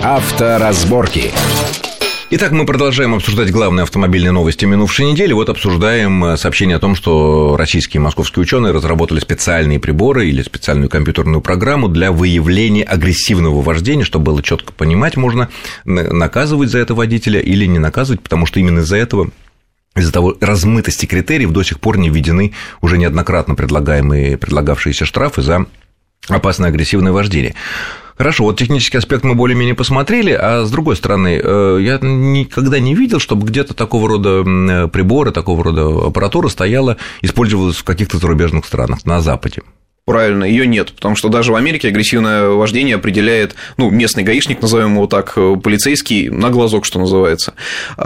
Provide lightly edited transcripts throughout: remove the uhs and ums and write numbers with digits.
Авторазборки. Итак, мы продолжаем обсуждать главные автомобильные новости минувшей недели. Вот обсуждаем сообщение о том, что российские и московские ученые разработали специальные приборы или специальную компьютерную программу для выявления агрессивного вождения, чтобы было четко понимать, можно наказывать за это водителя или не наказывать, потому что именно из-за этого, из-за того размытости критериев до сих пор не введены уже неоднократно предлагавшиеся штрафы за опасное агрессивное вождение. Хорошо, вот технический аспект мы более-менее посмотрели, а с другой стороны, я никогда не видел, чтобы где-то такого рода приборы, такого рода аппаратура стояла, использовалась в каких-то зарубежных странах, на Западе. Правильно, ее нет, потому что даже в Америке агрессивное вождение определяет, местный гаишник, назовем его так, полицейский, на глазок, что называется.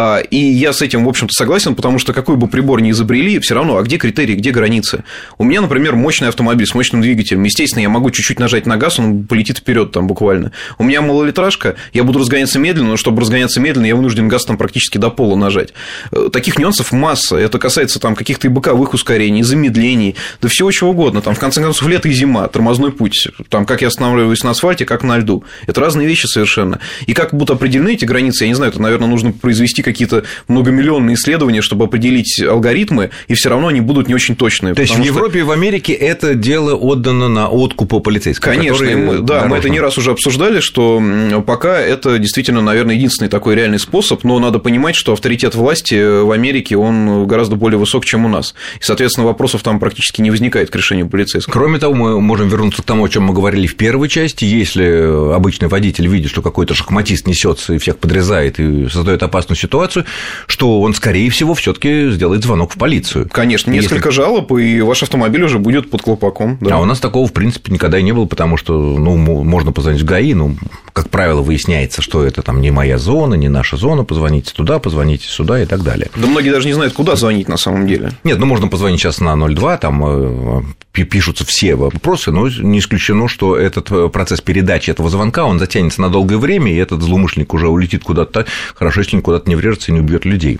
И я с этим, в общем-то, согласен, потому что какой бы прибор ни изобрели, все равно, а где критерии, где границы? У меня, например, мощный автомобиль с мощным двигателем, естественно, я могу чуть-чуть нажать на газ, он полетит вперед там буквально. У меня малолитражка, я буду разгоняться медленно, но чтобы разгоняться медленно, я вынужден газ там практически до пола нажать. Таких нюансов масса, это касается там каких-то и боковых ускорений, и замедлений, да всего чего угодно, там в конце концов лето и зима, тормозной путь, там, как я останавливаюсь на асфальте, как на льду. Это разные вещи совершенно. И как будут определены эти границы, я не знаю, это, наверное, нужно произвести какие-то многомиллионные исследования, чтобы определить алгоритмы, и все равно они будут не очень точные. То есть в Европе и в Америке это дело отдано на откуп полицейскому? Конечно, мы это не раз уже обсуждали, что пока это действительно, наверное, единственный такой реальный способ, но надо понимать, что авторитет власти в Америке, он гораздо более высок, чем у нас. И, соответственно, вопросов там практически не возникает к решению полицейского. Кроме того, мы можем вернуться к тому, о чем мы говорили в первой части. Если обычный водитель видит, что какой-то шахматист несется и всех подрезает и создает опасную ситуацию, что он, скорее всего, все-таки сделает звонок в полицию. Конечно, несколько жалоб, и ваш автомобиль уже будет под колпаком. Да. А у нас такого, в принципе, никогда и не было, потому что, можно позвонить в ГАИ, как правило, выясняется, что это там не моя зона, не наша зона, позвоните туда, позвоните сюда и так далее. Да многие даже не знают, куда звонить на самом деле. Нет, можно позвонить сейчас на 02, там пишутся все вопросы, но не исключено, что этот процесс передачи этого звонка, он затянется на долгое время, и этот злоумышленник уже улетит куда-то, хорошо, если он куда-то не врежется и не убьет людей.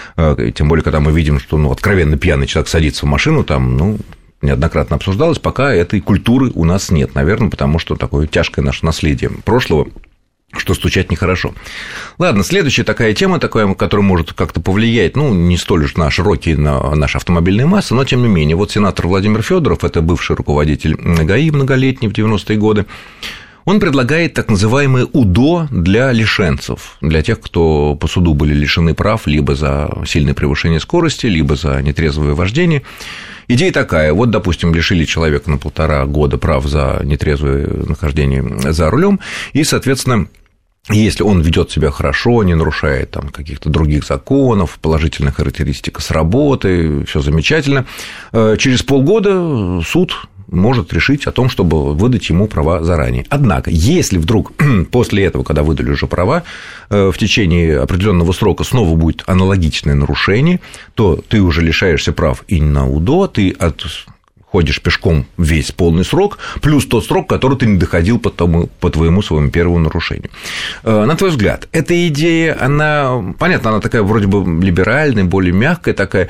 Тем более, когда мы видим, что откровенно пьяный человек садится в машину, там, неоднократно обсуждалось, пока этой культуры у нас нет, наверное, потому что такое тяжкое наше наследие прошлого, что стучать нехорошо. Ладно, следующая такая тема, которая может как-то повлиять, не столь уж на широкие наши автомобильные массы, но тем не менее. Вот сенатор Владимир Федоров, это бывший руководитель ГАИ многолетний в 90-е годы, он предлагает так называемое УДО для лишенцев, для тех, кто по суду были лишены прав либо за сильное превышение скорости, либо за нетрезвое вождение. Идея такая, допустим, лишили человека на 1,5 года прав за нетрезвое нахождение за рулем, и, соответственно, если он ведет себя хорошо, не нарушает там каких-то других законов, положительных характеристик с работы, все замечательно, через полгода суд может решить о том, чтобы выдать ему права заранее. Однако, если вдруг после этого, когда выдали уже права, в течение определенного срока снова будет аналогичное нарушение, то ты уже лишаешься прав и на УДО, ты ходишь пешком весь полный срок, плюс тот срок, который ты не доходил по твоему своему первому нарушению. На твой взгляд, эта идея, понятно, она такая вроде бы либеральная, более мягкая такая,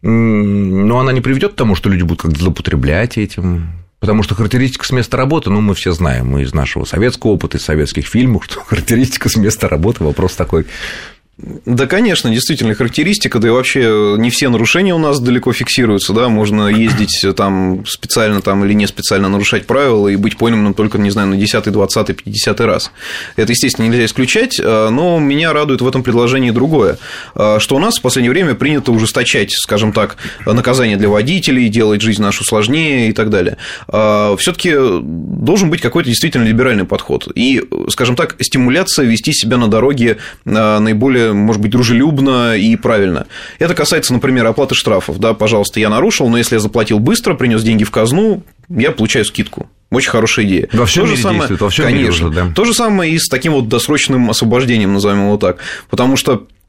но она не приведет к тому, что люди будут как-то злоупотреблять этим. Потому что характеристика с места работы, мы все знаем, мы из нашего советского опыта, из советских фильмов, что характеристика с места работы вопрос такой. Да, конечно, действительно, характеристика, да и вообще не все нарушения у нас далеко фиксируются, да, можно ездить там специально там, или не специально нарушать правила и быть пойманным только, не знаю, на 10-й, 20-й, 50-й раз. Это, естественно, нельзя исключать, но меня радует в этом предложении другое, что у нас в последнее время принято ужесточать, скажем так, наказание для водителей, делать жизнь нашу сложнее и так далее. Все-таки должен быть какой-то действительно либеральный подход и, скажем так, стимуляция вести себя на дороге наиболее, может быть, дружелюбно и правильно. Это касается, например, оплаты штрафов. Да, пожалуйста, я нарушил, но если я заплатил быстро, принес деньги в казну, я получаю скидку. Очень хорошая идея. Во всем мире действует, во всем мире уже, да. То же самое и с таким досрочным освобождением, назовем его так. Потому что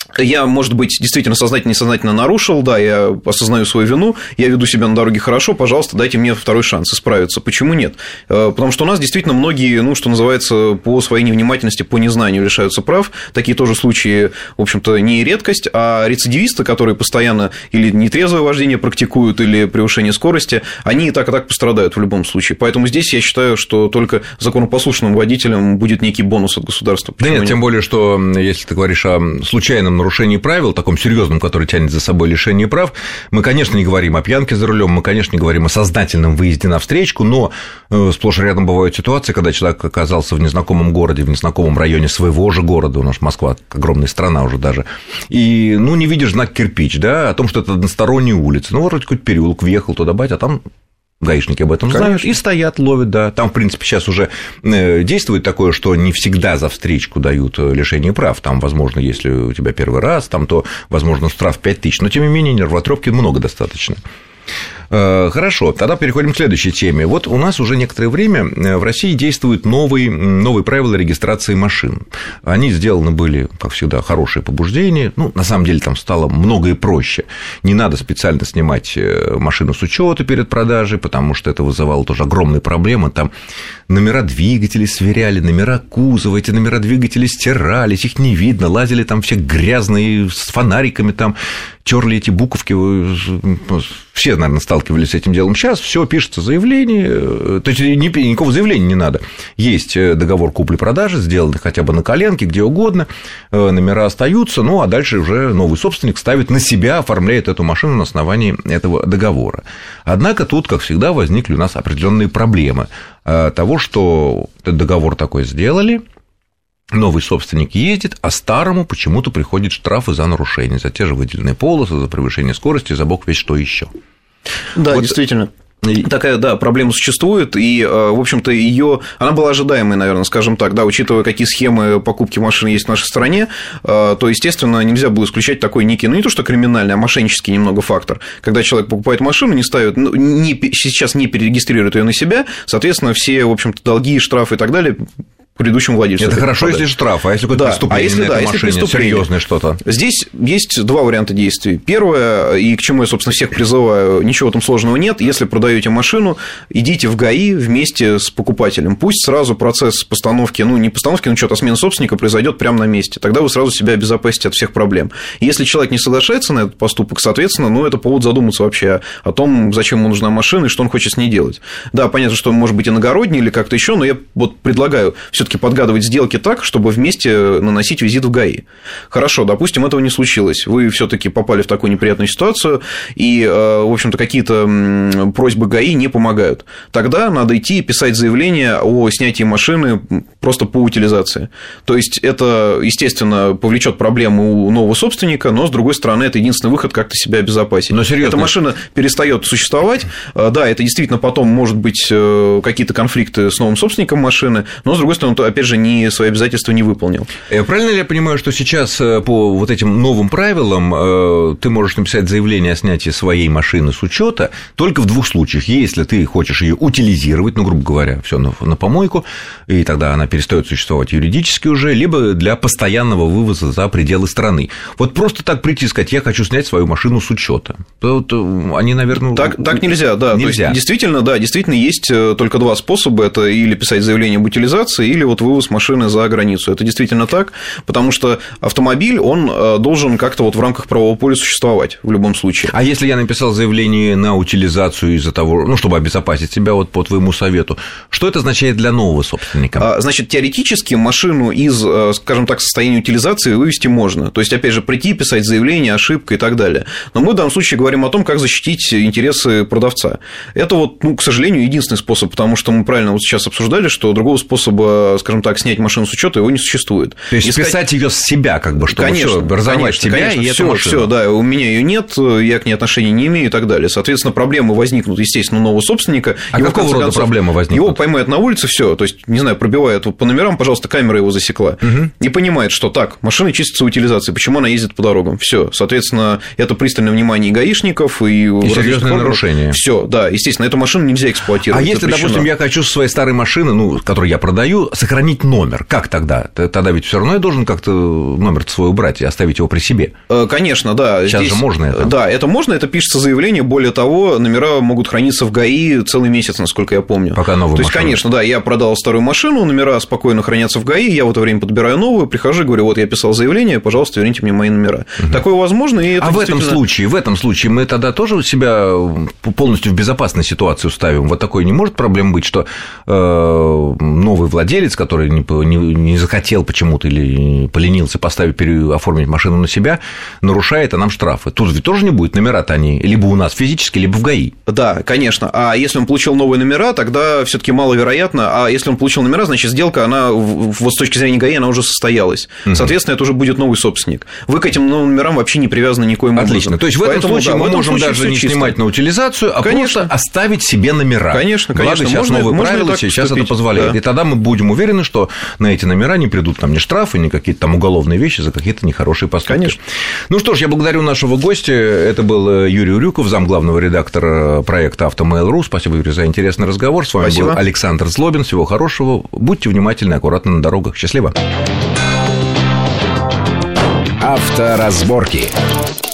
Я, может быть, действительно сознательно, несознательно нарушил, да, я осознаю свою вину, я веду себя на дороге хорошо, пожалуйста, дайте мне второй шанс исправиться. Почему нет? Потому что у нас действительно многие, ну, что называется, по своей невнимательности, по незнанию лишаются прав. Такие тоже случаи, в общем-то, не редкость, а рецидивисты, которые постоянно или нетрезвое вождение практикуют, или превышение скорости, они и так пострадают в любом случае. Поэтому здесь я считаю, что только законопослушным водителям будет некий бонус от государства. Почему нет, тем более, что если ты говоришь о случайном нарушении правил, таком серьезном, который тянет за собой лишение прав, мы, конечно, не говорим о пьянке за рулем, мы, конечно, не говорим о сознательном выезде на встречку, но сплошь и рядом бывают ситуации, когда человек оказался в незнакомом городе, в незнакомом районе своего же города, у нас Москва огромная страна уже даже, и, ну, не видишь знак кирпич, да, о том, что это односторонняя улица, ну, вроде какой-то переулок, въехал туда, а там гаишники об этом знают и стоят, ловят, да. Там, в принципе, сейчас уже действует такое, что не всегда за встречку дают лишение прав. Там, возможно, если у тебя первый раз, там, то, возможно, штраф 5000. Но, тем не менее, нервотрепки много достаточно. Хорошо, тогда переходим к следующей теме. Вот у нас уже некоторое время в России действуют новые правила регистрации машин. Они сделаны были, как всегда, хорошие побуждения. Ну, на самом деле, там стало многое проще. Не надо специально снимать машину с учета перед продажей, потому что это вызывало тоже огромные проблемы. Там номера двигателей сверяли, номера кузова, эти номера двигателей стирались, их не видно, лазили там все грязные с фонариками, там терли эти буковки. Все, наверное, сталкивались с этим делом. Сейчас все пишется заявление, то есть никакого заявления не надо. Есть договор купли-продажи, сделанный хотя бы на коленке, где угодно, номера остаются, ну а дальше уже новый собственник ставит на себя, оформляет эту машину на основании этого договора. Однако тут, как всегда, возникли у нас определенные проблемы того, что этот договор такой сделали. Новый собственник ездит, а старому почему-то приходят штрафы за нарушение, за те же выделенные полосы, за превышение скорости, за бог весть что еще. Да, вот. Действительно. Такая, да, проблема существует, и, в общем-то, она была ожидаемой, наверное, скажем так, да, учитывая, какие схемы покупки машины есть в нашей стране, то, естественно, нельзя было исключать такой некий, ну, не то что криминальный, а мошеннический немного фактор, когда человек покупает машину, не ставит, сейчас не перерегистрирует ее на себя, соответственно, все, в общем-то, долги, штрафы и так далее предыдущему владельцу. Это хорошо, если штраф, а если какое-то преступление на этой машине, серьезное что-то? Здесь есть два варианта действий. Первое, и к чему я, собственно, всех призываю, ничего там сложного нет. Если продаете машину, идите в ГАИ вместе с покупателем. Пусть сразу процесс постановки, ну, не постановки на учет, а смены собственника произойдет прямо на месте. Тогда вы сразу себя обезопасите от всех проблем. Если человек не соглашается на этот поступок, соответственно, ну, это повод задуматься вообще о том, зачем ему нужна машина и что он хочет с ней делать. Да, понятно, что может быть иногородний или как-то еще, но я вот предлагаю всё-таки подгадывать сделки так, чтобы вместе наносить визит в ГАИ. Хорошо, допустим, этого не случилось. Вы все-таки попали в такую неприятную ситуацию, и, в общем-то, какие-то просьбы ГАИ не помогают. Тогда надо идти и писать заявление о снятии машины просто по утилизации. То есть это, естественно, повлечет проблему у нового собственника, но, с другой стороны, это единственный выход как-то себя обезопасить. Но серьезно, эта машина перестает существовать. Да, это действительно потом может быть какие-то конфликты с новым собственником машины, но, с другой стороны, опять же, свои обязательства не выполнил. Правильно ли я понимаю, что сейчас по вот этим новым правилам ты можешь написать заявление о снятии своей машины с учета только в двух случаях. Если ты хочешь ее утилизировать, ну, грубо говоря, все на помойку, и тогда она перестает существовать юридически уже, либо для постоянного вывоза за пределы страны. Вот просто так прийти и сказать, я хочу снять свою машину с учета. Вот они, наверное... Так нельзя, да. Нельзя. То есть, действительно есть только два способа. Это или писать заявление об утилизации, или вот вывоз машины за границу. Это действительно так, потому что автомобиль, он должен как-то вот в рамках правового поля существовать в любом случае. А если я написал заявление на утилизацию из-за того, ну, чтобы обезопасить себя вот по твоему совету, что это означает для нового собственника? Значит, теоретически машину из, скажем так, состояния утилизации вывести можно. То есть, опять же, прийти, писать заявление, ошибка и так далее. Но мы в данном случае говорим о том, как защитить интересы продавца. Это вот, ну, к сожалению, единственный способ, потому что мы правильно вот сейчас обсуждали, что другого способа, скажем так, снять машину с учета его не существует. То есть списать ее с себя, как бы, чтобы конечно, разорвать себя и эту машину. Все, да, у меня ее нет, я к ней отношения не имею и так далее. Соответственно, проблемы возникнут, естественно, у нового собственника. А какого рода проблемы возникнут? Его поймают на улице, все, то есть, не знаю, пробивают по номерам, пожалуйста, камера его засекла, не понимает, что так, машина чистится утилизацией, почему она ездит по дорогам, все, соответственно, это пристальное внимание и гаишников, и серьезное нарушение. Все, да, естественно, эту машину нельзя эксплуатировать. А если, допустим, я хочу со своей старой машины, ну, которую я продаю, сохранить номер. Как тогда? Тогда ведь все равно я должен как-то номер свой убрать и оставить его при себе. Конечно, да. Сейчас же можно это. Да, это можно, это пишется заявление. Более того, номера могут храниться в ГАИ целый месяц, насколько я помню. Пока новую То есть, машину. конечно, да, я продал старую машину, номера спокойно хранятся в ГАИ, я в это время подбираю новую, прихожу и говорю, вот я писал заявление, пожалуйста, верните мне мои номера. Такое возможно, и это в этом случае мы тогда тоже себя полностью в безопасной ситуацию ставим. Вот такой не может проблем быть, что новый владелец, который не захотел почему-то или поленился оформить машину на себя, нарушает, а нам штрафы. Тут ведь тоже не будет, номера-то они либо у нас физически, либо в ГАИ. Да, конечно. А если он получил новые номера, тогда все-таки маловероятно. А если он получил номера, значит, сделка, она вот с точки зрения ГАИ, она уже состоялась. Соответственно, это уже будет новый собственник. Вы к этим новым номерам вообще не привязаны никоим образом. Отлично. То есть в этом случае мы можем даже не снимать на утилизацию, а просто оставить себе номера. Конечно. Благо сейчас новые правила сейчас это позволяет. И тогда мы будем уверены, что на эти номера не придут там ни штрафы, ни какие-то там уголовные вещи за какие-то нехорошие поступки. Конечно. Ну что ж, я благодарю нашего гостя. Это был Юрий Урюков, замглавного редактора проекта «Автомейл.ру». Спасибо, Юрий, за интересный разговор. С вами был Александр Злобин. Всего хорошего. Будьте внимательны и аккуратны на дорогах. Счастливо. Авторазборки.